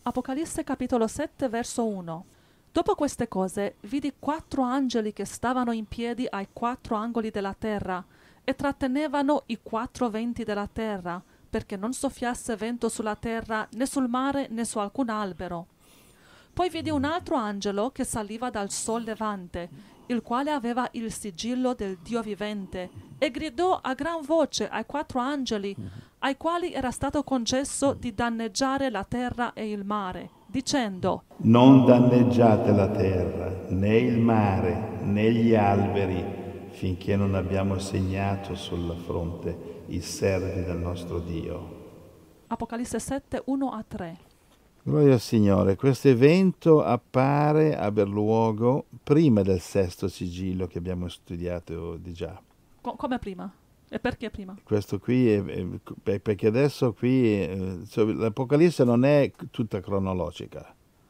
Apocalisse capitolo 7 verso 1. Dopo queste cose vidi 4 angeli che stavano in piedi ai 4 angoli della terra e trattenevano i 4 venti della terra, perché non soffiasse vento sulla terra, né sul mare, né su alcun albero. Poi vidi un altro angelo che saliva dal sol levante, il quale aveva il sigillo del Dio vivente, e gridò a gran voce ai 4 angeli, ai quali era stato concesso di danneggiare la terra e il mare, dicendo: Non danneggiate la terra, né il mare, né gli alberi, finché non abbiamo segnato sulla fronte i servi del nostro Dio. Apocalisse 7, 1-3. Gloria al Signore, questo evento appare aver luogo prima del sesto sigillo che abbiamo studiato di già. Come prima? E perché prima? Questo qui è perché adesso qui l'Apocalisse non è tutta cronologica.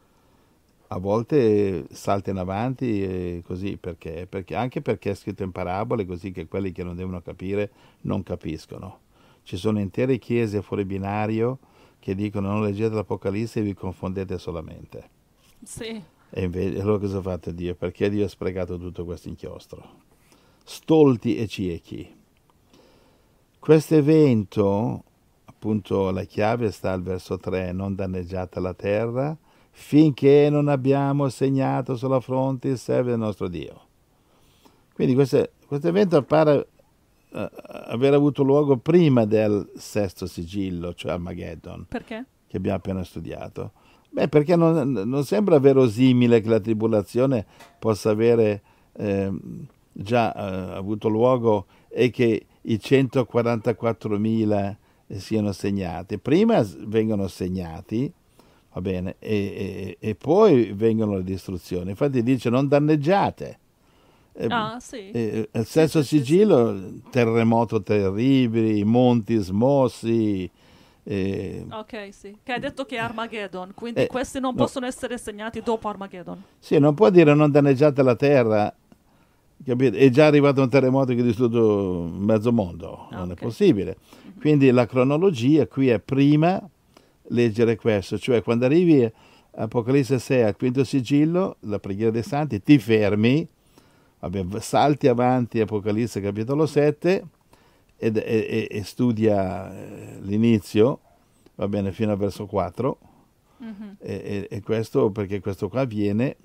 A volte salta in avanti così, perché? Anche perché è scritto in parabole, così che quelli che non devono capire non capiscono. Ci sono intere chiese fuori binario che dicono non leggete l'Apocalisse e vi confondete solamente. Sì. E invece, allora cosa ha fatto Dio? Perché Dio ha sprecato tutto questo inchiostro? Stolti e ciechi. Questo evento, appunto la chiave sta al verso 3, non danneggiate la terra, finché non abbiamo segnato sulla fronte il servo del nostro Dio. Quindi questo evento appare aver avuto luogo prima del sesto sigillo, cioè Armageddon. Perché? Che abbiamo appena studiato. Beh, perché non sembra verosimile che la tribolazione possa avere già avuto luogo e che i 144.000 siano segnati. Prima vengono segnati, va bene, e poi vengono le distruzioni. Infatti dice non danneggiate. Sì. Il sesto sigillo, sì. Terremoto terribili, monti smossi. Ok, sì. Che hai detto che è Armageddon, quindi questi non possono essere segnati dopo Armageddon. Sì, non può dire non danneggiate la terra, capite? È già arrivato un terremoto che ha distrutto mezzo mondo, non è possibile. Quindi la cronologia qui è prima leggere questo, cioè quando arrivi a Apocalisse 6 al quinto sigillo, la preghiera dei santi, ti fermi, salti avanti Apocalisse capitolo 7 e studia l'inizio, va bene, fino al verso 4, e questo perché questo qua avviene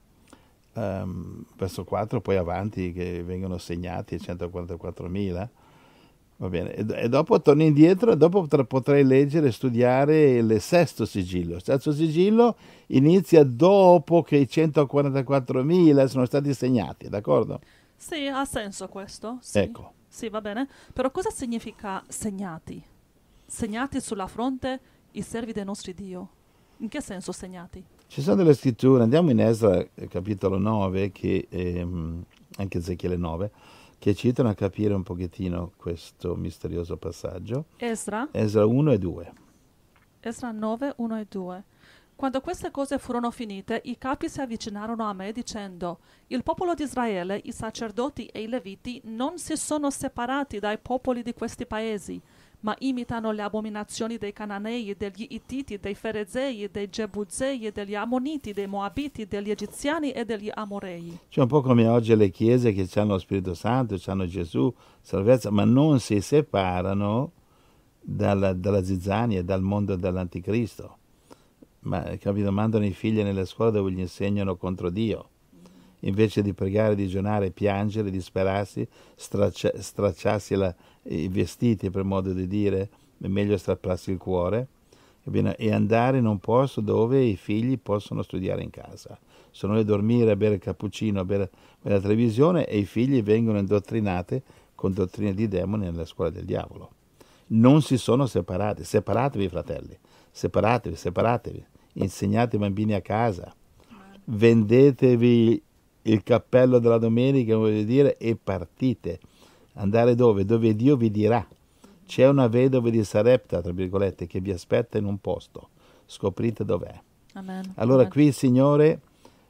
verso 4, poi avanti che vengono segnati 144.000, va bene, e dopo torni indietro, e dopo potrai leggere e studiare il sesto sigillo. Il sesto sigillo inizia dopo che i 144.000 sono stati segnati, d'accordo? Sì, ha senso questo. Sì. Ecco. Sì, va bene. Però cosa significa segnati? Segnati sulla fronte i servi del nostro Dio. In che senso segnati? Ci sono delle scritture, andiamo in Esra capitolo 9, che, anche Ezechiele 9, che ci aiutano a capire un pochettino questo misterioso passaggio. Esra 1 e 2. Esra 9, 1 e 2. Quando queste cose furono finite, i capi si avvicinarono a me dicendo: il popolo di Israele, i sacerdoti e i leviti non si sono separati dai popoli di questi paesi, ma imitano le abominazioni dei Cananei, degli Ittiti, dei Ferezei, dei Gebuzei, degli Ammoniti, dei Moabiti, degli Egiziani e degli Amorei. C'è un po' come oggi le chiese che hanno lo Spirito Santo, hanno Gesù, salvezza, ma non si separano dalla zizzania, dal mondo dell'anticristo. Ma capito, mandano i figli nelle scuole dove gli insegnano contro Dio. Invece di pregare, digiunare, piangere, disperarsi, stracciarsi i vestiti, per modo di dire, è meglio strapparsi il cuore e andare in un posto dove i figli possono studiare in casa. Sono lì a dormire, a bere il cappuccino, a bere la televisione, e i figli vengono indottrinati con dottrine di demoni nella scuola del diavolo. Non si sono separati. Separatevi, fratelli, separatevi, insegnate i bambini a casa, vendetevi il cappello della domenica, voglio dire, e partite. Andare dove? Dove Dio vi dirà. C'è una vedova di Sarepta, tra virgolette, che vi aspetta in un posto. Scoprite dov'è. Amen. Allora Amen. qui il Signore,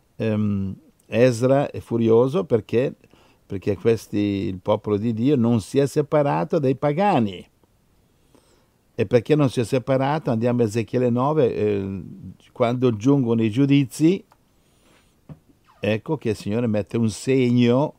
Esra è furioso perché il popolo di Dio non si è separato dai pagani. E perché non si è separato? Andiamo a Ezechiele 9, quando giungono i giudizi, ecco che il Signore mette un segno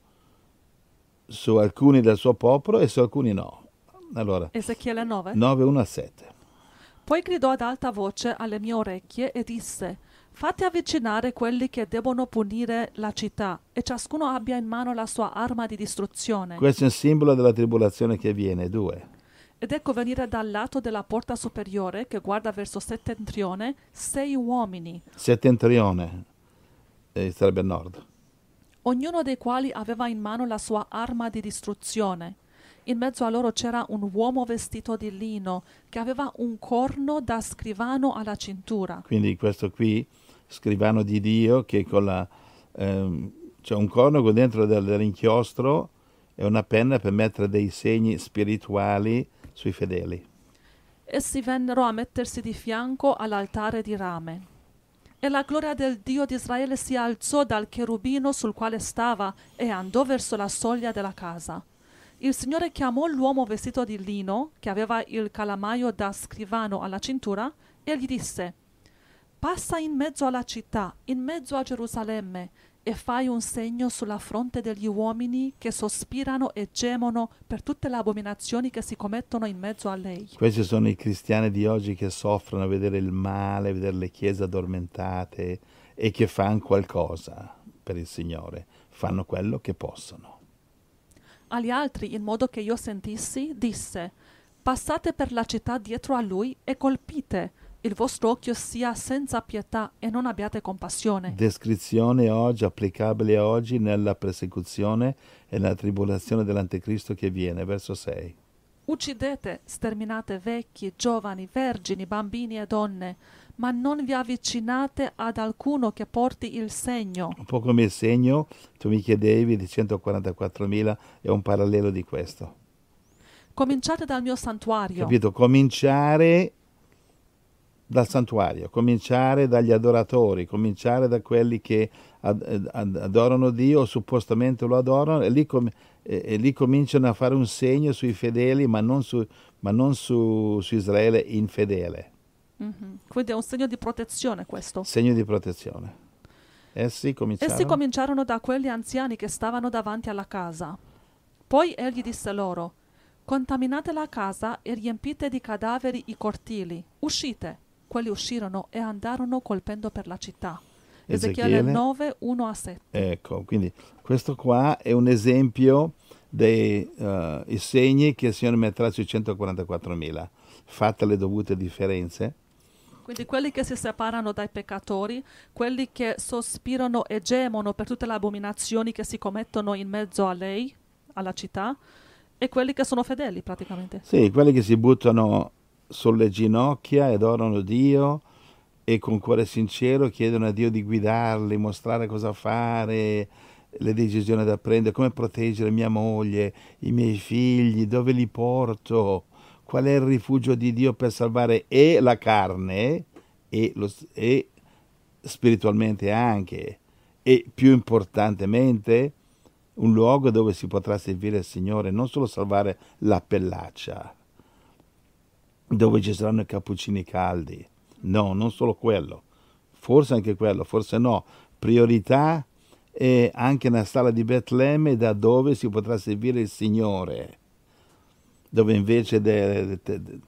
su alcuni del suo popolo e su alcuni no. Allora, Ezechiele 9. 9, 1 a 7. Poi gridò ad alta voce alle mie orecchie e disse: fate avvicinare quelli che debbono punire la città, e ciascuno abbia in mano la sua arma di distruzione. Questo è un simbolo della tribolazione che viene, 2. Ed ecco venire dal lato della porta superiore, che guarda verso settentrione, 6 uomini, Settentrione, sarebbe a nord. ognuno dei quali aveva in mano la sua arma di distruzione. In mezzo a loro c'era un uomo vestito di lino, che aveva un corno da scrivano alla cintura. Quindi questo qui, scrivano di Dio, che con c'è un corno con dentro dell'inchiostro e una penna per mettere dei segni spirituali sui fedeli. Essi vennero a mettersi di fianco all'altare di rame. E la gloria del Dio di Israele si alzò dal cherubino sul quale stava e andò verso la soglia della casa. Il Signore chiamò l'uomo vestito di lino, che aveva il calamaio da scrivano alla cintura, e gli disse: passa in mezzo alla città, in mezzo a Gerusalemme, e fai un segno sulla fronte degli uomini che sospirano e gemono per tutte le abominazioni che si commettono in mezzo a lei. Questi sono i cristiani di oggi che soffrono a vedere il male, a vedere le chiese addormentate e che fanno qualcosa per il Signore, fanno quello che possono. Agli altri, in modo che io sentissi, disse: passate per la città dietro a lui e colpite. Il vostro occhio sia senza pietà e non abbiate compassione. Descrizione oggi, applicabile oggi nella persecuzione e nella tribolazione dell'anticristo che viene, verso 6. Uccidete, sterminate vecchi, giovani, vergini, bambini e donne, ma non vi avvicinate ad alcuno che porti il segno. Un po' come il segno, tu mi chiedevi, di 144.000, è un parallelo di questo. Cominciate dal mio santuario. Capito? Cominciare dal santuario, cominciare dagli adoratori, cominciare da quelli che adorano Dio o suppostamente lo adorano, e lì cominciano a fare un segno sui fedeli, ma non su Israele infedele. Quindi è un segno di protezione questo. Segno di protezione. Essi cominciarono da quelli anziani che stavano davanti alla casa. Poi egli disse loro: contaminate la casa e riempite di cadaveri i cortili. Uscite. Quelli uscirono e andarono colpendo per la città. Ezechiele 9, 1 a 7. Ecco, quindi questo qua è un esempio dei segni che il Signore metterà sui 144.000, fatte le dovute differenze. Quindi quelli che si separano dai peccatori, quelli che sospirano e gemono per tutte le abominazioni che si commettono in mezzo a lei, alla città, e quelli che sono fedeli praticamente. Sì, quelli che si buttano sulle ginocchia e adorano Dio e con cuore sincero chiedono a Dio di guidarli, mostrare cosa fare, le decisioni da prendere, come proteggere mia moglie, i miei figli, dove li porto, qual è il rifugio di Dio per salvare e la carne e spiritualmente anche, e più importantemente un luogo dove si potrà servire il Signore, non solo salvare la pellaccia, dove ci saranno i cappuccini caldi. No, non solo quello. Forse anche quello, forse no. Priorità è anche nella stalla di Betlemme, da dove si potrà servire il Signore, dove invece dei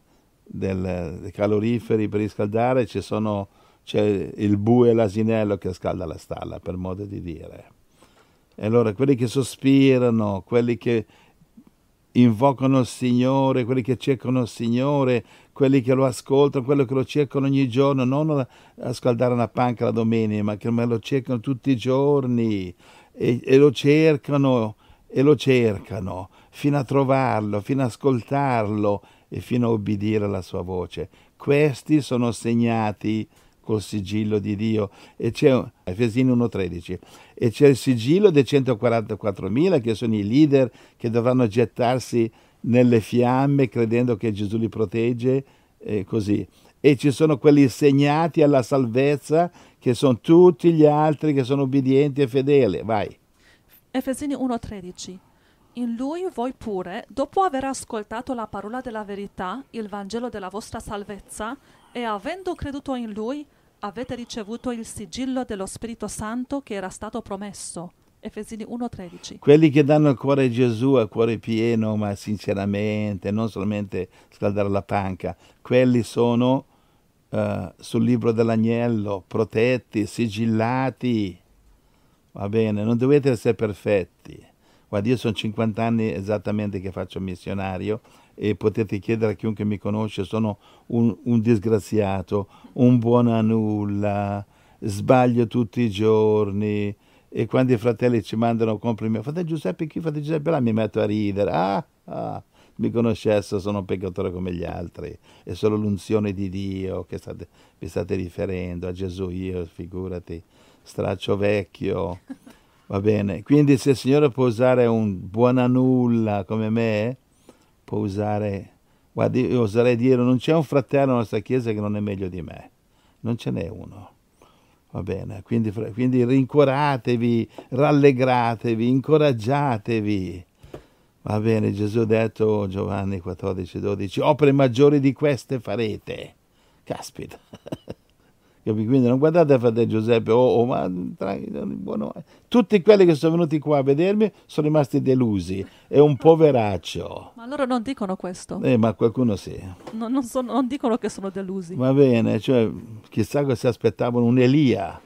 caloriferi per riscaldare c'è il bue e l'asinello che scalda la stalla, per modo di dire. E allora quelli che sospirano, quelli che invocano il Signore, quelli che cercano il Signore, quelli che lo ascoltano, quelli che lo cercano ogni giorno, non a scaldare una panca la domenica, ma che lo cercano tutti i giorni e lo cercano fino a trovarlo, fino a ascoltarlo e fino a obbedire alla sua voce. Questi sono segnati col sigillo di Dio, e c'è Efesini 1,13, e c'è il sigillo dei 144.000 che sono i leader che dovranno gettarsi nelle fiamme credendo che Gesù li protegge, così. E ci sono quelli segnati alla salvezza, che sono tutti gli altri che sono obbedienti e fedeli. Vai. Efesini 1,13. In lui voi pure, dopo aver ascoltato la parola della verità, il Vangelo della vostra salvezza, e avendo creduto in lui, avete ricevuto il sigillo dello Spirito Santo che era stato promesso. Efesini 1:13. Quelli che danno il cuore a Gesù a cuore pieno, ma sinceramente, non solamente scaldare la panca, quelli sono sul libro dell'agnello, protetti, sigillati. Va bene, non dovete essere perfetti. Guarda, io sono 50 anni esattamente che faccio missionario e potete chiedere a chiunque mi conosce, sono un disgraziato, un buono a nulla, sbaglio tutti i giorni e quando i fratelli ci mandano complimenti, fate Giuseppe qui, fate Giuseppe là, mi metto a ridere, mi conoscesse, sono un peccatore come gli altri, è solo l'unzione di Dio che vi state riferendo, a Gesù io, figurati, straccio vecchio. Va bene, quindi se il Signore può usare un buon a nulla come me, può usare, guarda, io oserei dire, non c'è un fratello nella nostra Chiesa che non è meglio di me, non ce n'è uno. Va bene, quindi rincuoratevi, rallegratevi, incoraggiatevi. Va bene, Gesù ha detto, Giovanni 14:12, opere maggiori di queste farete. Caspita. Quindi non guardate a fratello Giuseppe, ma buono. Tutti quelli che sono venuti qua a vedermi sono rimasti delusi. È un poveraccio. Ma loro non dicono questo. Ma qualcuno sì. Non dicono che sono delusi. Va bene, cioè, chissà cosa si aspettavano, un Elia.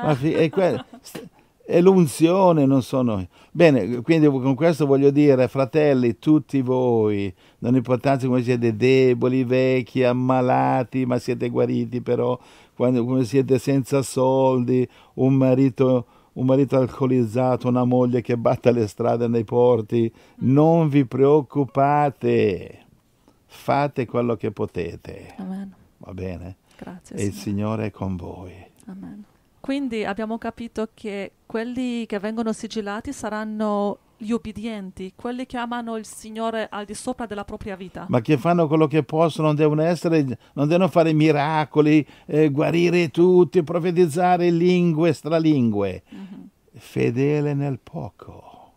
È l'unzione, non sono. Bene, quindi con questo voglio dire, fratelli, tutti voi, non importante come siete deboli, vecchi, ammalati, ma siete guariti però, come siete senza soldi, un marito alcolizzato, una moglie che batte le strade nei porti, non vi preoccupate, fate quello che potete. Amen. Va bene? Grazie, e il Signore è con voi. Amen. Quindi abbiamo capito che quelli che vengono sigillati saranno gli ubbidienti, quelli che amano il Signore al di sopra della propria vita. Ma che fanno quello che possono, non devono fare miracoli, guarire tutti, profetizzare lingue, stralingue. Mm-hmm. Fedele nel poco.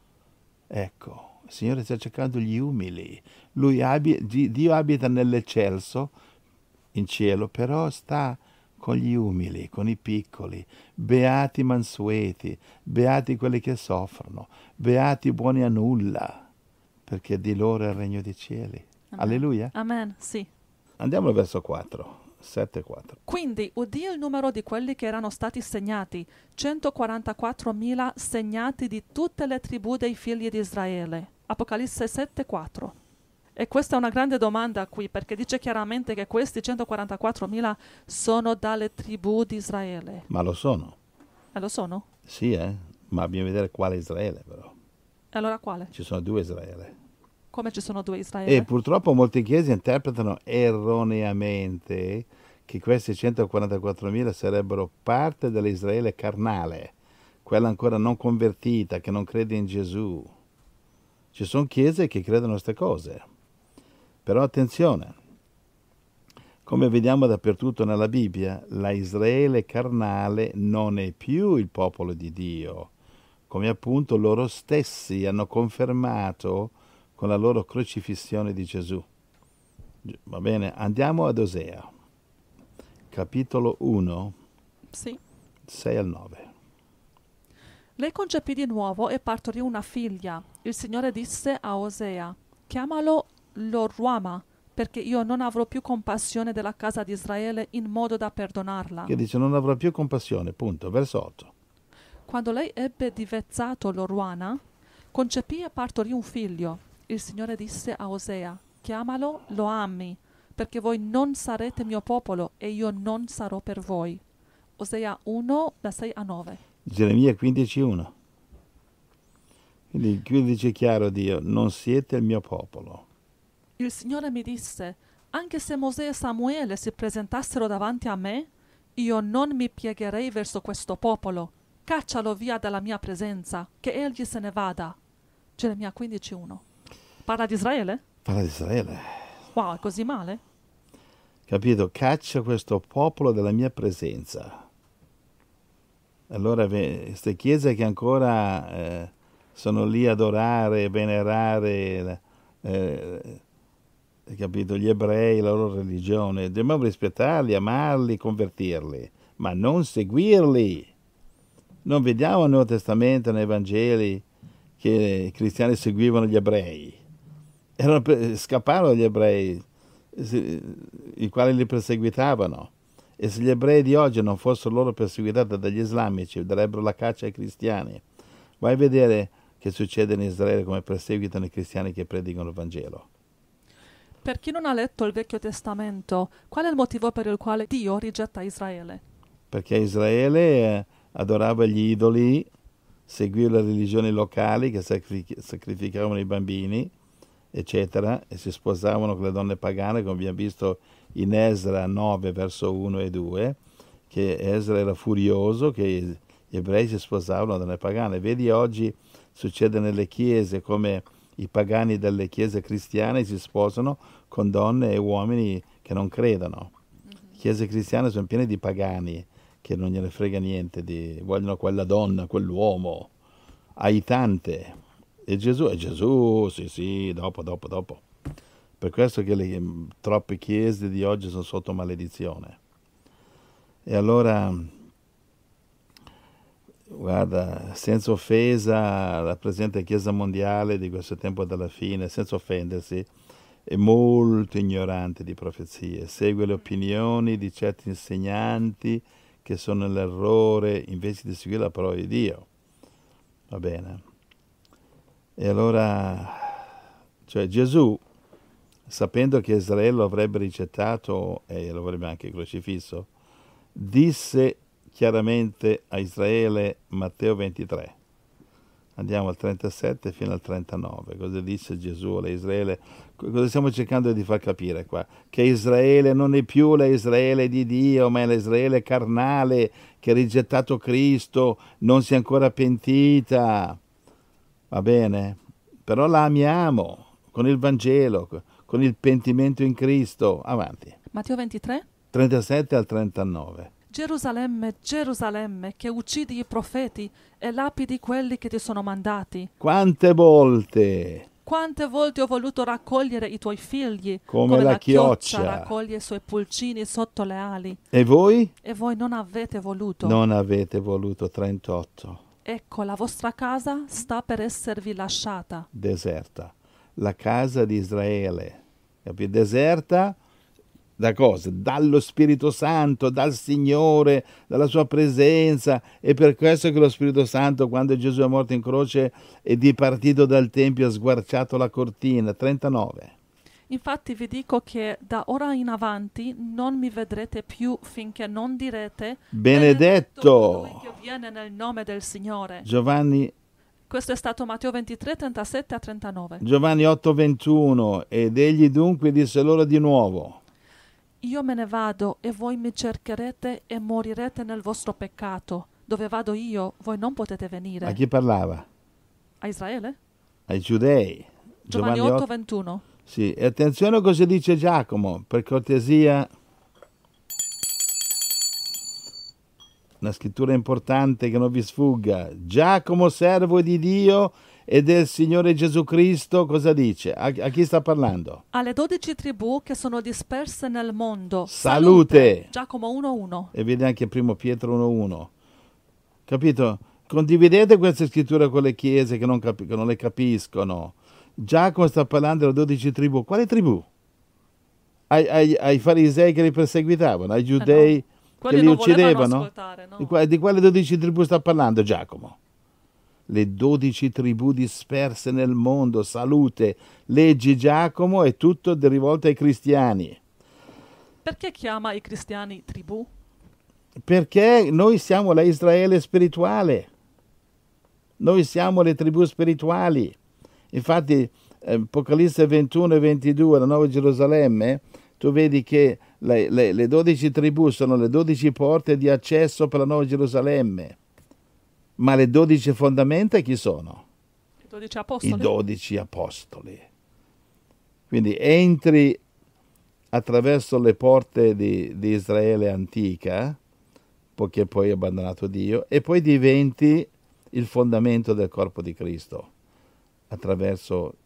Ecco, il Signore sta cercando gli umili. Dio abita nell'eccelso, in cielo, però sta con gli umili, con i piccoli, beati i mansueti, beati quelli che soffrono, beati i buoni a nulla, perché di loro è il regno dei cieli. Amen. Alleluia. Amen, sì. Andiamo al verso 4, 7-4. Quindi udì il numero di quelli che erano stati segnati, 144.000 segnati di tutte le tribù dei figli di Israele. Apocalisse 7:4. E questa è una grande domanda qui, perché dice chiaramente che questi 144.000 sono dalle tribù di Israele. Ma lo sono. E lo sono? Sì, ma bisogna vedere quale Israele però. E allora quale? Ci sono due Israele. Come ci sono due Israele? E purtroppo molte chiese interpretano erroneamente che questi 144.000 sarebbero parte dell'Israele carnale, quella ancora non convertita, che non crede in Gesù. Ci sono chiese che credono a queste cose. Però attenzione, come vediamo dappertutto nella Bibbia, la Israele carnale non è più il popolo di Dio, come appunto loro stessi hanno confermato con la loro crocifissione di Gesù. Va bene, andiamo ad Osea, capitolo 1, Sì. 6-9. Lei concepì di nuovo e partorì una figlia. Il Signore disse a Osea, chiamalo Lo-Ruama, perché io non avrò più compassione della casa di Israele in modo da perdonarla. Che dice non avrò più compassione, punto, verso 8. Quando lei ebbe divezzato Lo-Ruana, concepì e partorì un figlio. Il Signore disse a Osea, chiamalo Lo-Ammi, perché voi non sarete mio popolo e io non sarò per voi. Osea 1, da 6-9. Geremia 15:1. Quindi qui dice chiaro Dio, non siete il mio popolo. Il Signore mi disse, anche se Mosè e Samuele si presentassero davanti a me, io non mi piegherei verso questo popolo. Caccialo via dalla mia presenza, che egli se ne vada. Geremia 15:1. Parla di Israele? Parla di Israele. Wow, è così male? Capito? Caccia questo popolo dalla mia presenza. Allora queste chiese che ancora sono lì ad adorare, venerare capito? Gli ebrei, la loro religione, dobbiamo rispettarli, amarli, convertirli, ma non seguirli. Non vediamo nel Nuovo Testamento, nei Vangeli, che i cristiani seguivano gli ebrei. Scapparono gli ebrei, i quali li perseguitavano. E se gli ebrei di oggi non fossero loro perseguitati dagli islamici, darebbero la caccia ai cristiani. Vai a vedere che succede in Israele, come perseguitano i cristiani che predicano il Vangelo. Per chi non ha letto il Vecchio Testamento, qual è il motivo per il quale Dio rigetta Israele? Perché Israele adorava gli idoli, seguiva le religioni locali che sacrificavano i bambini, eccetera, e si sposavano con le donne pagane, come abbiamo visto in Esra 9, verso 1 e 2, che Esra era furioso che gli ebrei si sposavano con donne pagane. Vedi, oggi succede nelle chiese come i pagani delle chiese cristiane si sposano con donne e uomini che non credono. Le chiese cristiane sono piene di pagani che non gliene frega niente, vogliono quella donna, quell'uomo, aitante. E Gesù, sì, dopo. Per questo che troppe chiese di oggi sono sotto maledizione. E allora, guarda, senza offesa, la presente Chiesa mondiale di questo tempo della fine, senza offendersi, è molto ignorante di profezie, segue le opinioni di certi insegnanti che sono nell'errore invece di seguire la parola di Dio. Va bene? E allora, cioè Gesù, sapendo che Israele lo avrebbe rigettato e lo avrebbe anche crocifisso, disse chiaramente a Israele, Matteo 23. Andiamo al 37 fino al 39. Cosa disse Gesù a Israele? Cosa stiamo cercando di far capire qua? Che Israele non è più l'Israele di Dio, ma è l'Israele carnale che ha rigettato Cristo, non si è ancora pentita. Va bene? Però la amiamo con il Vangelo, con il pentimento in Cristo. Avanti. Matteo 23? 37 al 39. Gerusalemme, Gerusalemme, che uccidi i profeti e lapidi quelli che ti sono mandati. Quante volte? Quante volte ho voluto raccogliere i tuoi figli, come la chioccia raccoglie i suoi pulcini sotto le ali. E voi? E voi non avete voluto. Non avete voluto. 38. Ecco, la vostra casa sta per esservi lasciata. Deserta. La casa di Israele. Capite? Deserta da cosa? Dallo Spirito Santo, dal Signore, dalla sua presenza. E per questo che lo Spirito Santo, quando Gesù è morto in croce, è dipartito dal Tempio, ha sguarciato la cortina. 39. Infatti vi dico che da ora in avanti non mi vedrete più finché non direte benedetto colui che viene nel nome del Signore. Giovanni. Questo è stato Matteo 23, 37 a 39. Giovanni 8, 21. Ed egli dunque disse loro di nuovo: Io me ne vado e voi mi cercherete e morirete nel vostro peccato. Dove vado io, voi non potete venire. A chi parlava? A Israele? Ai giudei. Giovanni 8, 21. Sì, e attenzione a cosa dice Giacomo, per cortesia. Una scrittura importante che non vi sfugga. Giacomo, servo di Dio e del Signore Gesù Cristo, cosa dice? A chi sta parlando? Alle 12 tribù che sono disperse nel mondo. Salute! Giacomo 1:1. E vede anche 1 Pietro 1:1. Capito? Condividete queste scritture con le chiese che non le capiscono. Giacomo sta parlando delle 12 tribù. Quale tribù? Ai farisei che li perseguitavano, ai giudei No. che li uccidevano? No? Di quale 12 tribù sta parlando Giacomo? Le 12 tribù disperse nel mondo. Salute. Leggi Giacomo, è tutto rivolto ai cristiani. Perché chiama i cristiani tribù? Perché noi siamo la Israele spirituale. Noi siamo le tribù spirituali. Infatti, Apocalisse 21 e 22, la Nuova Gerusalemme, tu vedi che le 12 tribù sono le 12 porte di accesso per la Nuova Gerusalemme. Ma le 12 fondamenta chi sono? I 12 apostoli. I 12 apostoli. Quindi entri attraverso le porte di Israele antica, poiché poi hai abbandonato Dio, e poi diventi il fondamento del corpo di Cristo, attraverso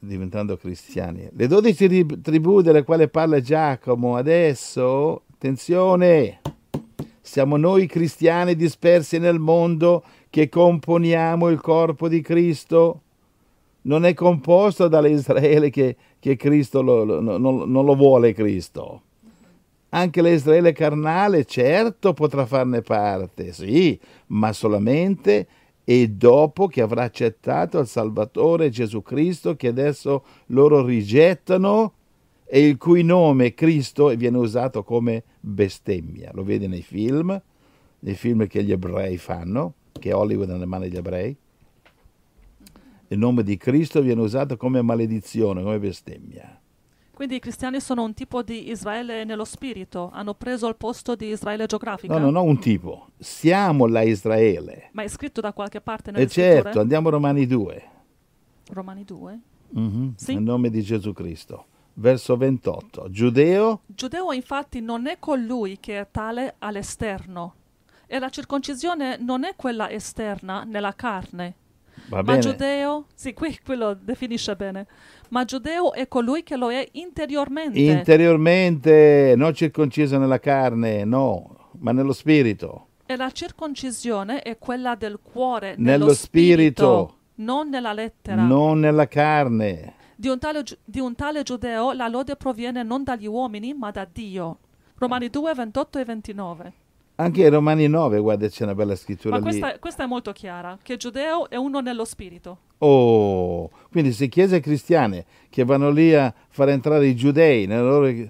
diventando cristiani. Le 12 tribù delle quali parla Giacomo adesso, attenzione, siamo noi cristiani dispersi nel mondo che componiamo il corpo di Cristo. Non è composto dall'Israele che Cristo non lo vuole Cristo. Anche l'Israele carnale, certo, potrà farne parte, sì, ma solamente e dopo che avrà accettato il Salvatore Gesù Cristo, che adesso loro rigettano e il cui nome Cristo viene usato come bestemmia. Lo vedi nei film che gli ebrei fanno, che Hollywood è nelle mani degli ebrei. Il nome di Cristo viene usato come maledizione, come bestemmia. Quindi i cristiani sono un tipo di Israele nello spirito, hanno preso il posto di Israele geografica? No, un tipo. Siamo la Israele. Ma è scritto da qualche parte nelle certo, scritture? andiamo a Romani 2. Romani 2? Sì. Nel nome di Gesù Cristo. Verso 28. Giudeo? Giudeo infatti non è colui che è tale all'esterno. E la circoncisione non è quella esterna nella carne. Va bene. Ma giudeo, sì, qui quello definisce bene. Ma giudeo è colui che lo è interiormente. Interiormente, non circonciso nella carne, no, ma nello spirito. E la circoncisione è quella del cuore, Nello spirito, non nella lettera. non nella carne. Di un tale giudeo la lode proviene non dagli uomini, ma da Dio. Romani 2, 28 e 29. Anche in Romani 9, guarda, c'è una bella scrittura Ma lì. questa è molto chiara, che giudeo è uno nello spirito. Oh, quindi se chiese cristiane che vanno lì a far entrare i giudei nei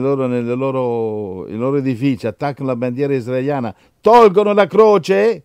loro edifici, attaccano la bandiera israeliana, tolgono la croce,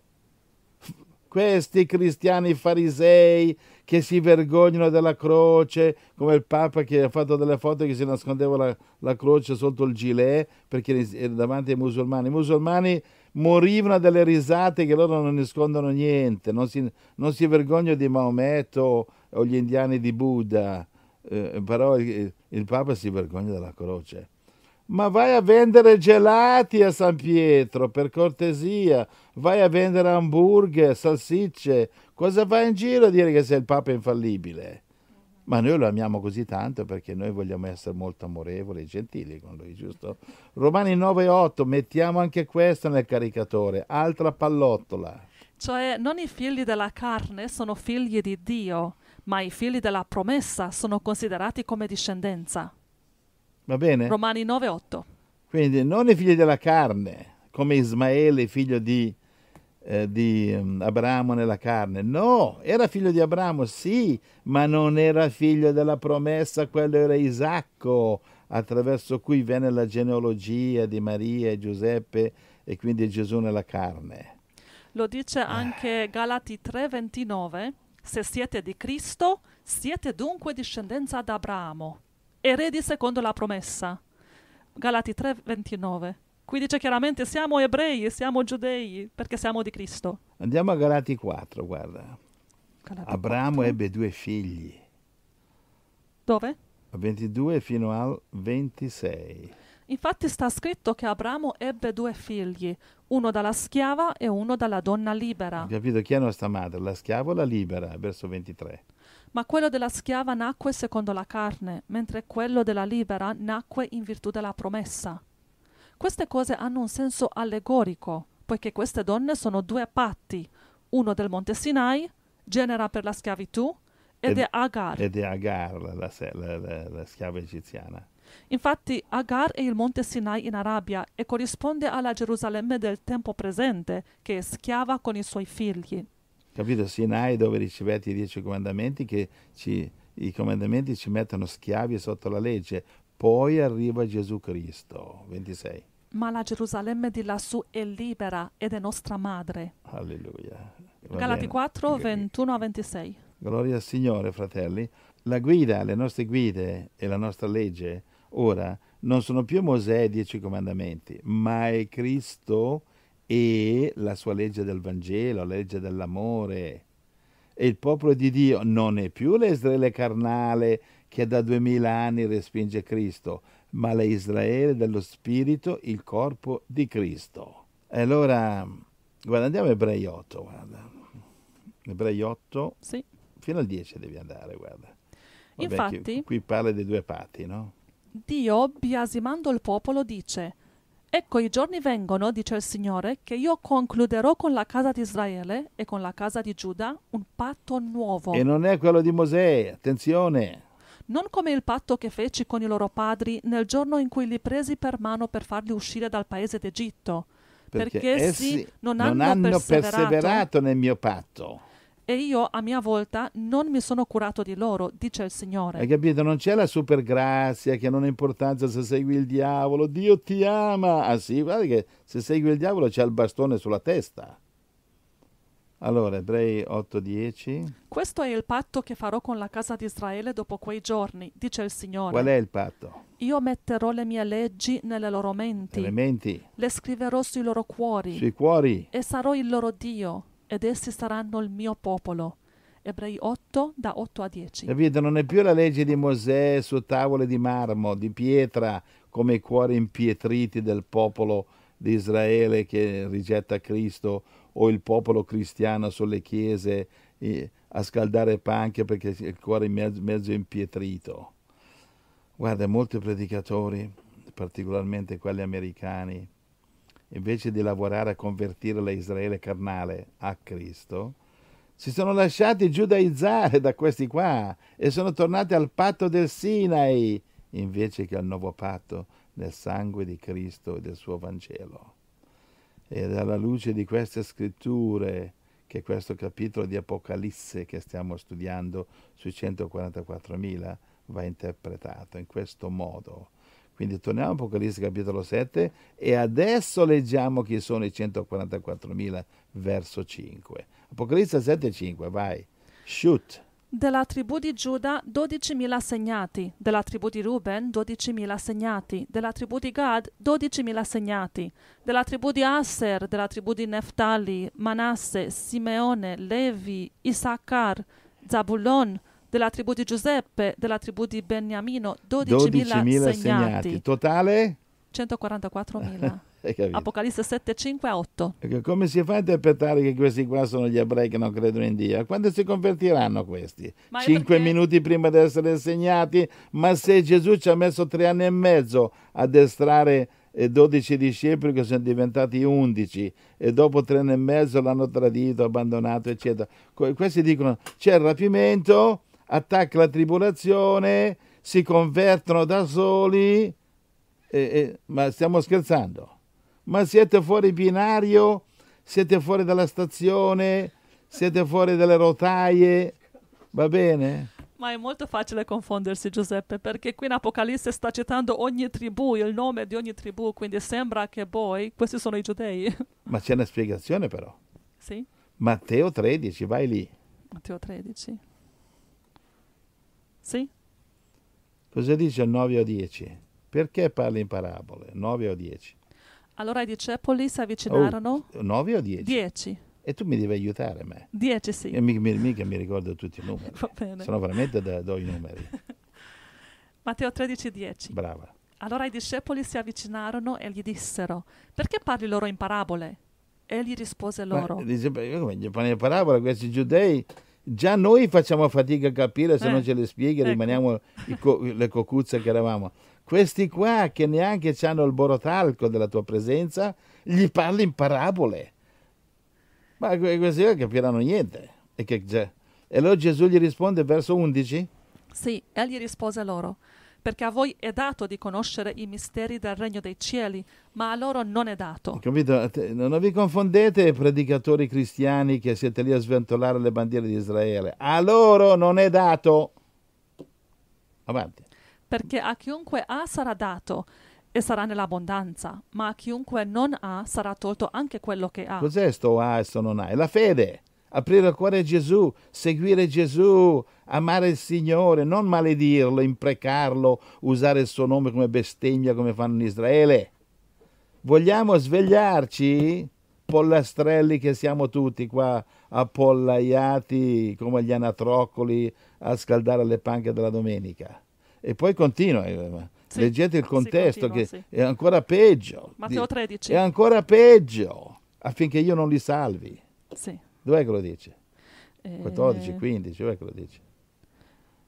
questi cristiani farisei che si vergognano della croce, come il Papa che ha fatto delle foto che si nascondeva la croce sotto il gilet perché era davanti ai musulmani. I musulmani morivano dalle risate che loro non nascondono niente, non si vergognano di Maometto o gli indiani di Buddha, però il Papa si vergogna della croce. Ma vai a vendere gelati a San Pietro, per cortesia, vai a vendere hamburger, salsicce, cosa vai in giro a dire che sei il Papa infallibile? Ma noi lo amiamo così tanto perché noi vogliamo essere molto amorevoli e gentili con lui, giusto? Romani 9,8, mettiamo anche questo nel caricatore, altra pallottola. Cioè, non i figli della carne sono figli di Dio, ma i figli della promessa sono considerati come discendenza. Va bene? Romani 9,8. Quindi non i figli della carne, come Ismaele, figlio di Abramo nella carne. No, era figlio di Abramo, sì, ma non era figlio della promessa, quello era Isacco, attraverso cui venne la genealogia di Maria e Giuseppe e quindi Gesù nella carne. Lo dice anche Galati 3,29. Se siete di Cristo, siete dunque discendenza da Abramo, eredi secondo la promessa. Galati 3,29. Qui dice chiaramente siamo ebrei, siamo giudei, perché siamo di Cristo. Andiamo a Galati 4, guarda. Galati Abramo 4. ebbe 2 figli. Dove? A 22 fino al 26. Infatti sta scritto che Abramo ebbe 2 figli, uno dalla schiava e uno dalla donna libera. Ho capito chi è nostra madre, la schiava o la libera? Verso 23. Ma quello della schiava nacque secondo la carne, mentre quello della libera nacque in virtù della promessa. Queste cose hanno un senso allegorico, poiché queste donne sono 2 patti, uno del monte Sinai, genera per la schiavitù, ed è Agar. Ed è Agar, la schiava egiziana. Infatti Agar è il monte Sinai in Arabia e corrisponde alla Gerusalemme del tempo presente, che è schiava con i suoi figli. Capito? Sinai dove ricevetti i 10 comandamenti, che i comandamenti ci mettono schiavi sotto la legge. Poi arriva Gesù Cristo, 26. Ma la Gerusalemme di lassù è libera ed è nostra madre. Alleluia. Va Galati bene. 4, 21 a 26. Gloria al Signore, fratelli. La guida, le nostre guide e la nostra legge ora non sono più Mosè e 10 comandamenti, ma è Cristo e la sua legge del Vangelo, la legge dell'amore. E il popolo di Dio non è più l'Israele carnale che da 2000 anni respinge Cristo, ma l'Israele dello Spirito, il corpo di Cristo. E allora, guarda, andiamo a Ebrei 8, guarda. Ebrei 8, Sì. fino al 10 devi andare, guarda. Vabbè, Infatti, qui parla di due patti, no? Dio, biasimando il popolo, dice: Ecco, i giorni vengono, dice il Signore, che io concluderò con la casa di Israele e con la casa di Giuda un patto nuovo. E non è quello di Mosè, attenzione. Non come il patto che feci con i loro padri nel giorno in cui li presi per mano per farli uscire dal paese d'Egitto, perché essi non hanno perseverato nel mio patto. E io a mia volta non mi sono curato di loro, dice il Signore. Hai capito? Non c'è la super grazia che non ha importanza se segui il diavolo, Dio ti ama. Ah sì, guarda che se segui il diavolo c'è il bastone sulla testa. Allora, Ebrei 8:10. Questo è il patto che farò con la casa di Israele dopo quei giorni, dice il Signore. Qual è il patto? Io metterò le mie leggi nelle loro menti, le scriverò sui loro cuori, sui cuori, e sarò il loro Dio, ed essi saranno il mio popolo. Ebrei 8, da 8 a 10. Capito? Non è più la legge di Mosè su tavole di marmo, di pietra, come i cuori impietriti del popolo di Israele che rigetta Cristo, o il popolo cristiano sulle chiese a scaldare panche perché il cuore è mezzo impietrito. Guarda, molti predicatori, particolarmente quelli americani, invece di lavorare a convertire l'Israele carnale a Cristo, si sono lasciati giudaizzare da questi qua e sono tornati al patto del Sinai invece che al nuovo patto nel sangue di Cristo e del suo Vangelo. Ed è alla luce di queste scritture che questo capitolo di Apocalisse che stiamo studiando sui 144.000 va interpretato in questo modo. Quindi torniamo a Apocalisse capitolo 7 e adesso leggiamo chi sono i 144.000 verso 5. Apocalisse 7,5, vai, shoot. Della tribù di Giuda 12.000 segnati, della tribù di Ruben 12.000 segnati, della tribù di Gad 12.000 segnati, della tribù di Aser, della tribù di Neftali, Manasse, Simeone, Levi, Issachar, Zabulon, della tribù di Giuseppe, della tribù di Beniamino 12.000 segnati. Totale? 144.000. Apocalisse 7, 5 a 8. Come si fa a interpretare che questi qua sono gli ebrei che non credono in Dio? Quando si convertiranno questi? 5 minuti prima di essere assegnati? Ma se Gesù ci ha messo 3 anni e mezzo a addestrare 12 discepoli che sono diventati 11 e dopo 3 anni e mezzo l'hanno tradito, abbandonato, eccetera. Questi dicono c'è il rapimento, attacca la tribolazione, si convertono da soli, ma stiamo scherzando? Ma siete fuori binario, siete fuori dalla stazione, siete fuori dalle rotaie, va bene? Ma è molto facile confondersi, Giuseppe, perché qui in Apocalisse sta citando ogni tribù, il nome di ogni tribù, quindi sembra che poi questi sono i giudei. Ma c'è una spiegazione però. Sì? Matteo 13, vai lì. Matteo 13. Sì? Cosa dice il 9 o 10? Perché parli in parabole? 9 o 10? Allora i discepoli si avvicinarono. 9 o 10? 10. E tu mi devi aiutare me. 10, sì. E mica mi ricordo tutti i numeri. Va bene. Sono veramente do i numeri. Matteo 13, 10. Brava. Allora i discepoli si avvicinarono e gli dissero: perché parli loro in parabole? Egli rispose loro: Dice, come gli fanno in parabola questi giudei? Già noi facciamo fatica a capire se non ce le spieghi, ecco. Rimaniamo le cocuzze che eravamo. Questi qua che neanche hanno il borotalco della tua presenza, gli parli in parabole. Ma questi qua capiranno niente. E allora Gesù gli risponde, verso 11? Sì, egli rispose loro: perché a voi è dato di conoscere i misteri del regno dei cieli, ma a loro non è dato. Capito? Non vi confondete, predicatori cristiani, che siete lì a sventolare le bandiere di Israele. A loro non è dato. Avanti. Perché a chiunque ha sarà dato e sarà nell'abbondanza, ma a chiunque non ha sarà tolto anche quello che ha. Cos'è sto ha e sto non ha? È la fede. Aprire il cuore a Gesù, seguire Gesù, amare il Signore, non maledirlo, imprecarlo, usare il suo nome come bestemmia come fanno in Israele. Vogliamo svegliarci? Pollastrelli che siamo tutti qua, appollaiati come gli anatroccoli a scaldare le panche della domenica. E poi continua, sì, leggete il contesto, continua, che sì. È ancora peggio. Matteo 13. È ancora peggio, affinché io non li salvi. Sì. Dov'è che lo dice? 14, 15, dov'è che lo dice?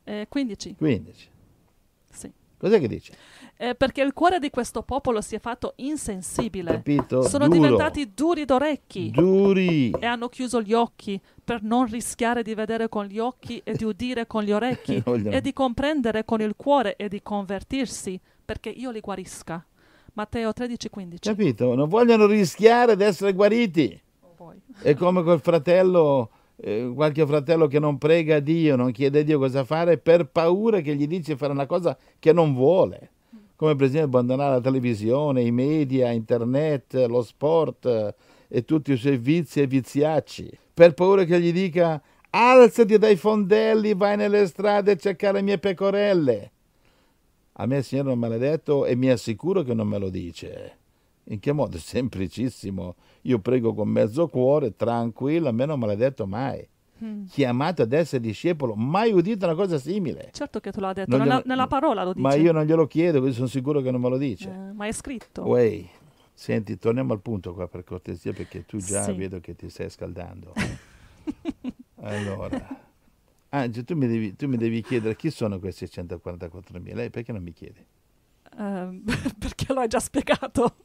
15. 15. Sì. Cos'è che dice? Perché il cuore di questo popolo si è fatto insensibile. Capito? Sono Duro. diventati duri d'orecchi. Duri. E hanno chiuso gli occhi per non rischiare di vedere con gli occhi e di udire con gli orecchi e di comprendere con il cuore e di convertirsi perché io li guarisca. Matteo 13,15. Capito? Non vogliono rischiare di essere guariti. È come quel fratello, qualche fratello che non prega a Dio, non chiede a Dio cosa fare per paura che gli dice fare una cosa che non vuole. Come per esempio abbandonare la televisione, i media, internet, lo sport e tutti i suoi vizi e viziacci. Per paura che gli dica alzati dai fondelli, vai nelle strade a cercare le mie pecorelle. A me il Signore non me l'ha detto e mi assicuro che non me lo dice. In che modo? Semplicissimo. Io prego con mezzo cuore, tranquillo, a me non me l'ha detto mai. Chiamato ad essere discepolo, mai udito una cosa simile. Certo che te l'ha detto, nella parola lo dice. Ma io non glielo chiedo, così sono sicuro che non me lo dice. Ma è scritto. Uè, senti, torniamo al punto qua per cortesia, perché tu già Sì. vedo che ti stai scaldando. Allora, tu mi devi chiedere chi sono questi 144.000, lei perché non mi chiedi? Perché lo hai già spiegato.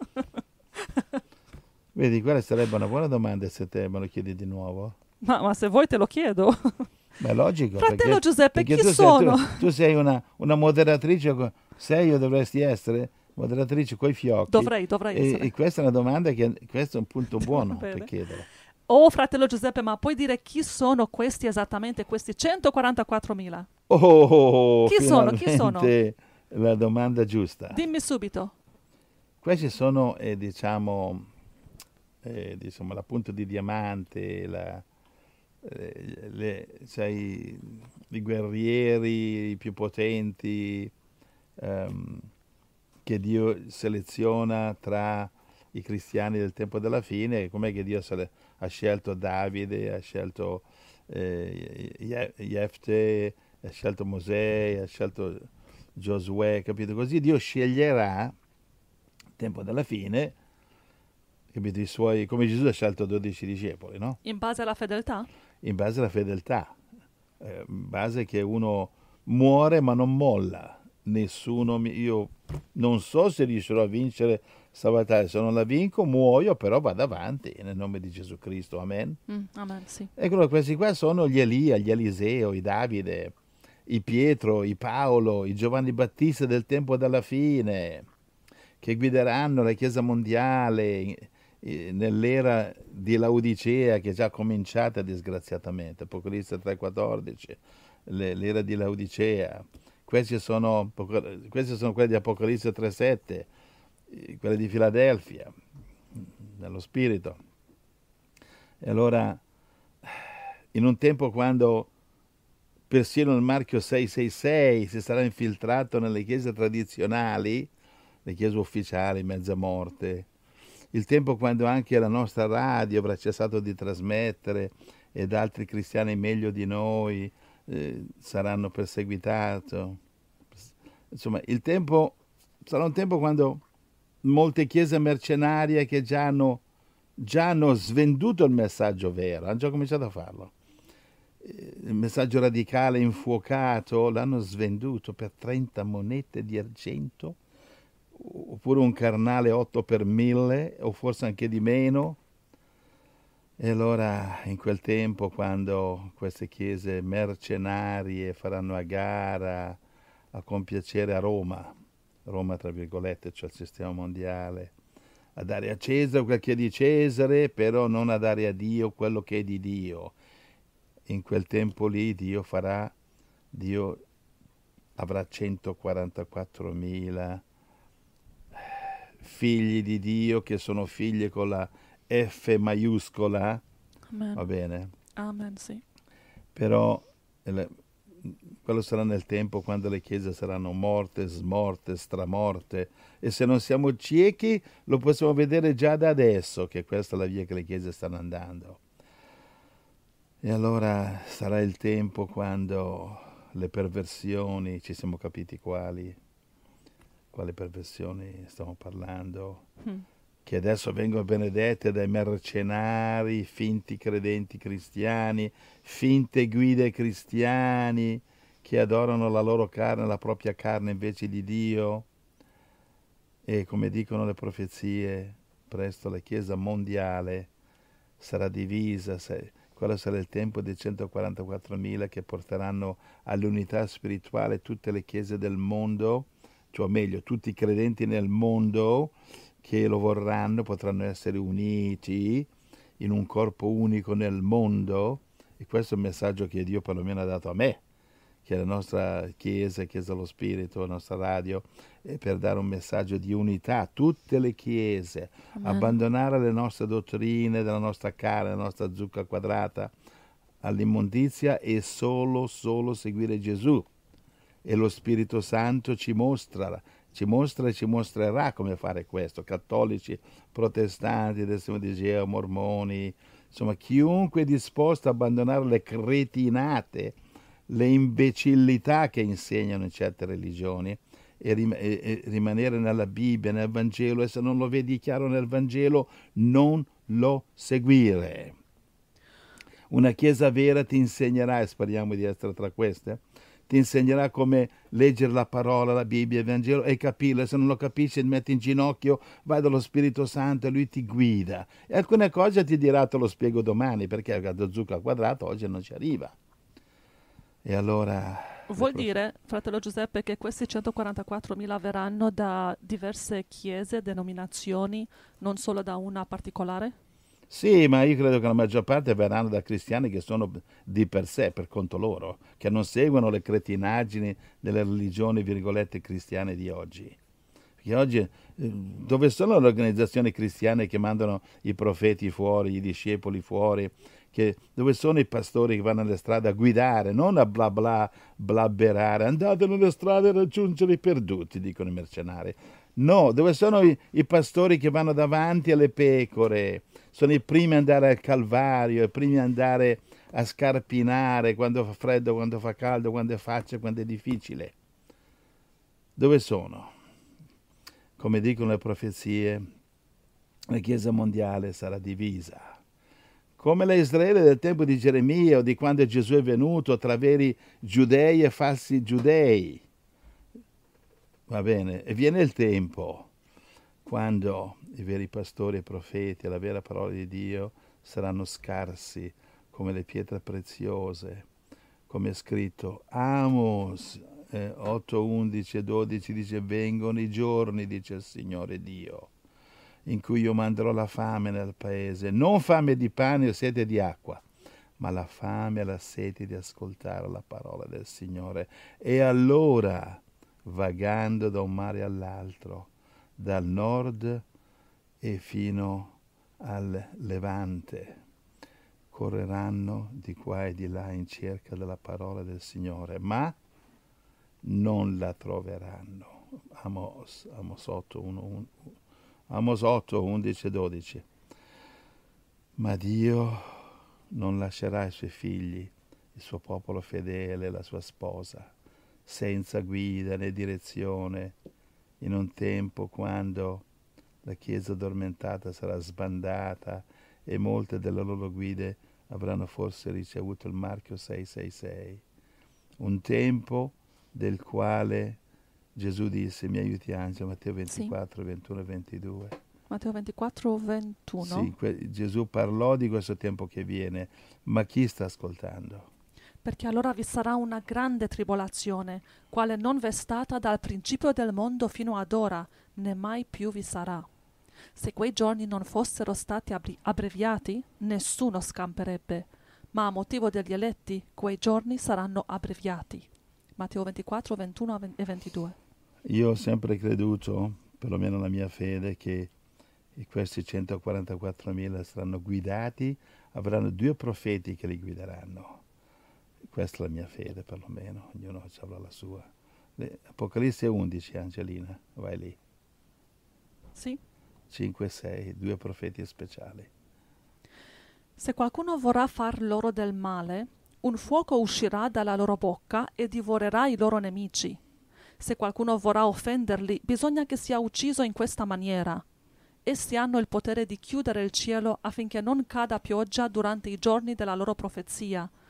Vedi, quella sarebbe una buona domanda se te me lo chiedi di nuovo. Ma se vuoi te lo chiedo. Ma è logico. Fratello Giuseppe, perché chi tu sono? Tu sei una moderatrice, sei o dovresti essere moderatrice coi fiocchi. Dovrei essere. E questa è una domanda questo è un punto buono per chiedere. Oh, fratello Giuseppe, ma puoi dire chi sono questi esattamente, questi 144.000? Oh, Chi sono? La domanda giusta. Dimmi subito. Questi sono, diciamo, la punta di diamante, sai, i guerrieri i più potenti che Dio seleziona tra i cristiani del tempo della fine. Com'è che Dio ha scelto Davide, ha scelto Jefte, ha scelto Mosè, ha scelto Giosuè, capito? Così Dio sceglierà al tempo della fine, capito, i suoi, come Gesù ha scelto 12 discepoli, no? In base alla fedeltà? In base alla fedeltà, in base che uno muore ma non molla. Io non so se riuscirò a vincere questa battaglia, se non la vinco muoio, però vado avanti nel nome di Gesù Cristo, amen. Amen, sì. Ecco, questi qua sono gli Elia, gli Eliseo, i Davide, i Pietro, i Paolo, i Giovanni Battista del tempo della fine, che guideranno la Chiesa mondiale nell'era di Laodicea, che è già cominciata disgraziatamente, Apocalisse 3,14, l'era di Laodicea. Questi sono quelli di Apocalisse 3,7, quelli di Filadelfia, nello spirito. E allora, in un tempo quando persino il marchio 666 si sarà infiltrato nelle chiese tradizionali, le chiese ufficiali, mezza morte, il tempo quando anche la nostra radio avrà cessato di trasmettere ed altri cristiani meglio di noi saranno perseguitati. Insomma, il tempo sarà un tempo quando molte chiese mercenarie che già hanno svenduto il messaggio vero, hanno già cominciato a farlo. Il messaggio radicale infuocato l'hanno svenduto per 30 monete di argento, oppure un carnale 8 per 1000, o forse anche di meno. E allora, in quel tempo, quando queste chiese mercenarie faranno a gara a compiacere a Roma tra virgolette, cioè il sistema mondiale, a dare a Cesare quel che è di Cesare, però non a dare a Dio quello che è di Dio. In quel tempo lì Dio avrà 144.000 figli di Dio, che sono figli con la F maiuscola. Amen. Va bene? Amen, sì. Però quello sarà nel tempo quando le chiese saranno morte, smorte, stramorte, e se non siamo ciechi lo possiamo vedere già da adesso che questa è la via che le chiese stanno andando. E allora sarà il tempo quando le perversioni, ci siamo capiti quali perversioni stiamo parlando, che adesso vengono benedette dai mercenari, finti credenti cristiani, finte guide cristiani, che adorano la loro carne, la propria carne invece di Dio. E come dicono le profezie, presto la Chiesa mondiale sarà divisa, quello sarà il tempo dei 144.000 che porteranno all'unità spirituale tutte le chiese del mondo, cioè meglio, tutti i credenti nel mondo che lo vorranno potranno essere uniti in un corpo unico nel mondo. E questo è il messaggio che Dio perlomeno ha dato a me, che è la nostra Chiesa dello Spirito, la nostra radio, è per dare un messaggio di unità a tutte le Chiese, abbandonare le nostre dottrine, della nostra carne, la nostra zucca quadrata all'immondizia e solo seguire Gesù. E lo Spirito Santo ci mostra e ci mostrerà come fare questo. Cattolici, protestanti, Decimo di Geo, mormoni, insomma chiunque è disposto a abbandonare le cretinate, le imbecillità che insegnano in certe religioni e rimanere nella Bibbia, nel Vangelo, e se non lo vedi chiaro nel Vangelo non lo seguire. Una Chiesa vera ti insegnerà, e speriamo di essere tra queste, ti insegnerà come leggere la parola, la Bibbia, il Vangelo e capirla. Se non lo capisci ti metti in ginocchio, vai dallo Spirito Santo e lui ti guida. E alcune cose ti dirà, te lo spiego domani, perché la zucca quadrata oggi non ci arriva. E allora... Vuol dire, fratello Giuseppe, che questi 144.000 verranno da diverse chiese, denominazioni, non solo da una particolare? Sì, ma io credo che la maggior parte verranno da cristiani che sono di per sé, per conto loro, che non seguono le cretinaggini delle religioni, virgolette, cristiane di oggi. Perché oggi, dove sono le organizzazioni cristiane che mandano i profeti fuori, i discepoli fuori, dove sono i pastori che vanno nelle strade a guidare, non a bla bla blabberare, andate nelle strade a raggiungere i perduti, dicono i mercenari. No, dove sono i pastori che vanno davanti alle pecore, sono i primi ad andare al Calvario, i primi ad andare a scarpinare quando fa freddo, quando fa caldo, quando è facile, quando è difficile. Dove sono? Come dicono le profezie, la Chiesa mondiale sarà divisa. Come la Israele del tempo di Geremia o di quando Gesù è venuto tra veri giudei e falsi giudei. Va bene, e viene il tempo quando i veri pastori e profeti e la vera parola di Dio saranno scarsi come le pietre preziose, come è scritto. Amos 8, 11 e 12 dice: vengono i giorni, dice il Signore Dio, in cui io manderò la fame nel paese, non fame di pane o sete di acqua, ma la fame e la sete di ascoltare la parola del Signore. E allora, vagando da un mare all'altro, dal nord e fino al levante, correranno di qua e di là in cerca della parola del Signore, ma non la troveranno. Amos 8, 11 e 12. Ma Dio non lascerà i suoi figli, il suo popolo fedele, la sua sposa, senza guida né direzione, in un tempo quando la Chiesa addormentata sarà sbandata e molte delle loro guide avranno forse ricevuto il marchio 666. Un tempo del quale Gesù disse: mi aiuti angelo, Matteo 24, sì. 21 e 22. Matteo 24, 21. Sì, Gesù parlò di questo tempo che viene, ma chi sta ascoltando? Perché allora vi sarà una grande tribolazione, quale non v'è stata dal principio del mondo fino ad ora, né mai più vi sarà. Se quei giorni non fossero stati abbreviati, nessuno scamperebbe, ma a motivo degli eletti, quei giorni saranno abbreviati. Matteo 24, 21 e 22. Io ho sempre creduto, perlomeno la mia fede, che questi 144.000 saranno guidati, avranno 2 profeti che li guideranno. Questa è la mia fede, perlomeno, ognuno avrà la sua. Apocalisse 11, Angelina, vai lì. Sì. 5 e 6, 2 profeti speciali. Se qualcuno vorrà far loro del male, un fuoco uscirà dalla loro bocca e divorerà i loro nemici. Se qualcuno vorrà offenderli, bisogna che sia ucciso in questa maniera. Essi hanno il potere di chiudere il cielo affinché non cada pioggia durante i giorni della loro profezia.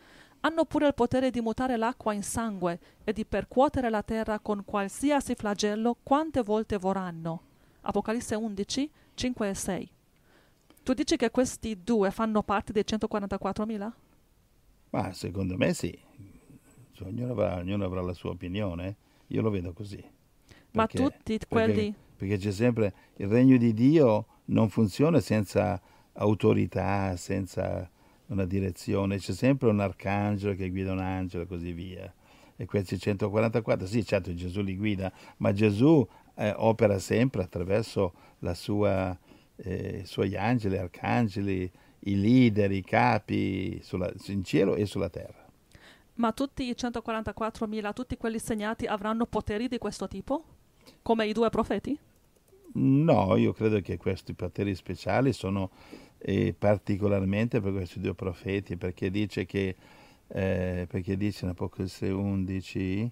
Hanno pure il potere di mutare l'acqua in sangue e di percuotere la terra con qualsiasi flagello quante volte vorranno. Apocalisse 11, 5 e 6. Tu dici che questi due fanno parte dei 144.000? Ma secondo me sì. Cioè, ognuno avrà la sua opinione. Io lo vedo così. Ma tutti quelli... Perché c'è sempre il regno di Dio non funziona senza autorità, senza una direzione, c'è sempre un arcangelo che guida un angelo e così via. E questi 144, sì, certo Gesù li guida, ma Gesù opera sempre attraverso la sua, i suoi angeli, arcangeli, i leader, i capi in cielo e sulla terra. Ma tutti i 144.000, tutti quelli segnati avranno poteri di questo tipo? Come i due profeti? No, io credo che questi poteri speciali sono particolarmente per questi due profeti, perché dice in Apocalisse 11,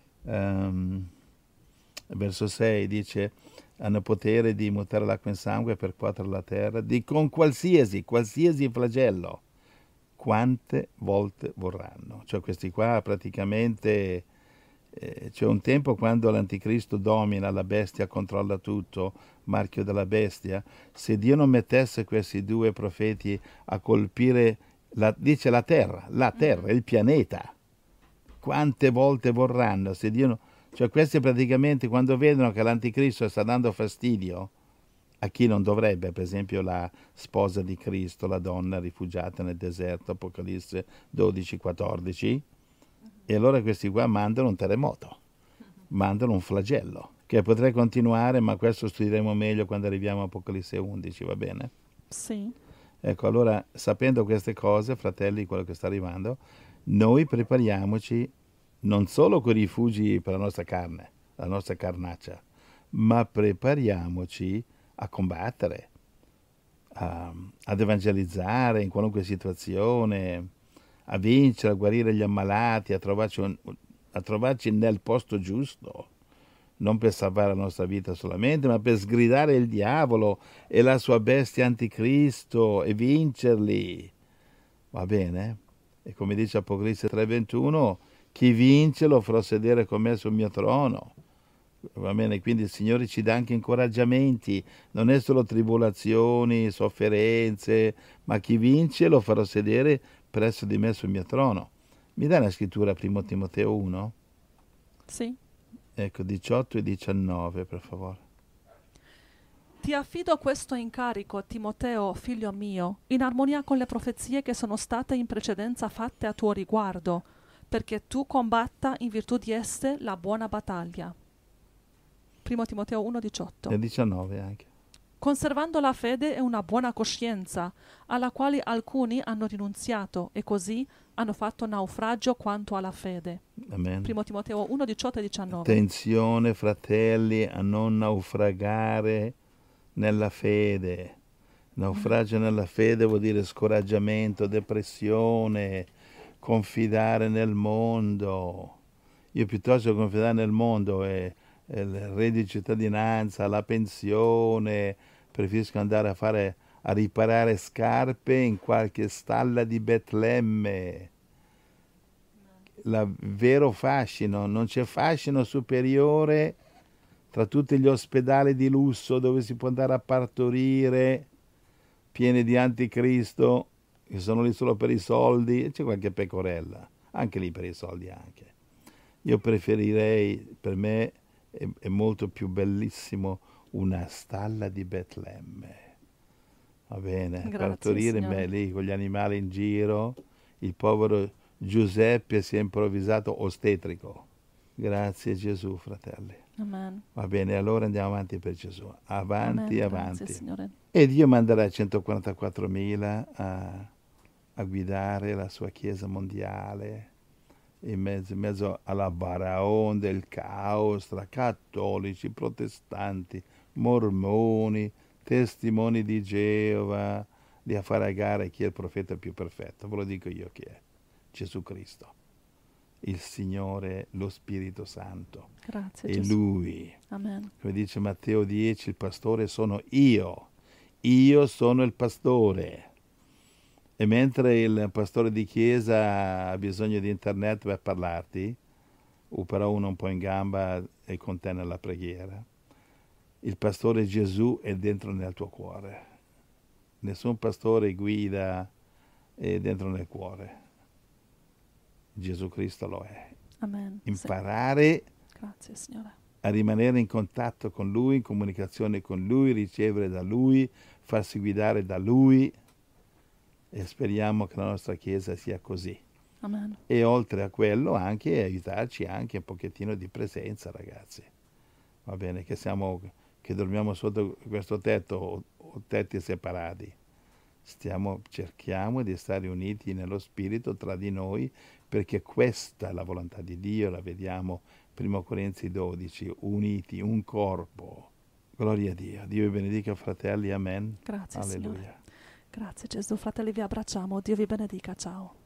verso 6, dice hanno potere di mutare l'acqua in sangue e percuotere la terra, con qualsiasi flagello, quante volte vorranno. Cioè questi qua praticamente... c'è un tempo quando l'anticristo domina, la bestia controlla tutto, marchio della bestia. Se Dio non mettesse questi due profeti a colpire, dice la terra, il pianeta, quante volte vorranno? Se Dio cioè questi praticamente quando vedono che l'anticristo sta dando fastidio a chi non dovrebbe, per esempio la sposa di Cristo, la donna rifugiata nel deserto, Apocalisse 12-14, e allora questi qua mandano un terremoto, mandano un flagello, che potrei continuare, ma questo studieremo meglio quando arriviamo a Apocalisse 11, va bene? Sì. Ecco, allora, sapendo queste cose, fratelli, quello che sta arrivando, noi prepariamoci non solo con i rifugi per la nostra carne, la nostra carnaccia, ma prepariamoci a combattere, ad evangelizzare in qualunque situazione, a vincere, a guarire gli ammalati, a trovarci nel posto giusto, non per salvare la nostra vita solamente, ma per sgridare il diavolo e la sua bestia anticristo e vincerli. Va bene? E come dice Apocalisse 3:21, chi vince lo farò sedere con me sul mio trono. Va bene? Quindi il Signore ci dà anche incoraggiamenti, non è solo tribolazioni, sofferenze, ma chi vince lo farò sedere presso di me sul mio trono. Mi dai la scrittura 1 Timoteo 1? Sì. Ecco, 18 e 19, per favore. Ti affido questo incarico, Timoteo, figlio mio, in armonia con le profezie che sono state in precedenza fatte a tuo riguardo, perché tu combatta in virtù di esse la buona battaglia. 1 Timoteo 1,18. E 19 anche. Conservando la fede e una buona coscienza, alla quale alcuni hanno rinunziato e così hanno fatto naufragio quanto alla fede. Amen. 1 Timoteo 1, 18 e 19. Attenzione, fratelli, a non naufragare nella fede. Naufragio nella fede vuol dire scoraggiamento, depressione, confidare nel mondo. Io piuttosto che confidare nel mondo e il reddito di cittadinanza, la pensione, preferisco andare a riparare scarpe in qualche stalla di Betlemme. Vero fascino, non c'è fascino superiore tra tutti gli ospedali di lusso dove si può andare a partorire, pieni di anticristo, che sono lì solo per i soldi, e c'è qualche pecorella, anche lì per i soldi anche. Io preferirei, per me è molto più bellissimo una stalla di Betlemme. Va bene? Grazie, Partorire Signore. lì con gli animali in giro, il povero Giuseppe si è improvvisato ostetrico. Grazie Gesù, fratelli. Amen. Va bene, allora andiamo avanti per Gesù. Avanti, Amen. avanti. Grazie, Signore. E Dio manderà 144.000 a guidare la sua Chiesa mondiale in mezzo alla baraon del caos tra cattolici, protestanti, mormoni, testimoni di Geova, di a fare a gara chi è il profeta più perfetto. Ve lo dico io chi è. Gesù Cristo, il Signore, lo Spirito Santo. Grazie, E Gesù. Lui, Amen. come dice Matteo 10, il pastore sono io sono il pastore. E mentre il pastore di chiesa ha bisogno di internet per parlarti, o però uno un po' in gamba e con te nella preghiera, il pastore Gesù è dentro nel tuo cuore. Nessun pastore guida è dentro nel cuore. Gesù Cristo lo è. Amen. Imparare Grazie, Signore. a rimanere in contatto con Lui, in comunicazione con Lui, ricevere da Lui, farsi guidare da Lui, e speriamo che la nostra Chiesa sia così. Amen. E oltre a quello anche aiutarci anche un pochettino di presenza, ragazzi. Va bene, che dormiamo sotto questo tetto o tetti separati. Cerchiamo di stare uniti nello spirito tra di noi, perché questa è la volontà di Dio, la vediamo 1 Corinzi 12, uniti, un corpo. Gloria a Dio. Dio vi benedica, fratelli. Amen. Grazie, Alleluia. Signore. Grazie, Gesù. Fratelli, vi abbracciamo. Dio vi benedica. Ciao.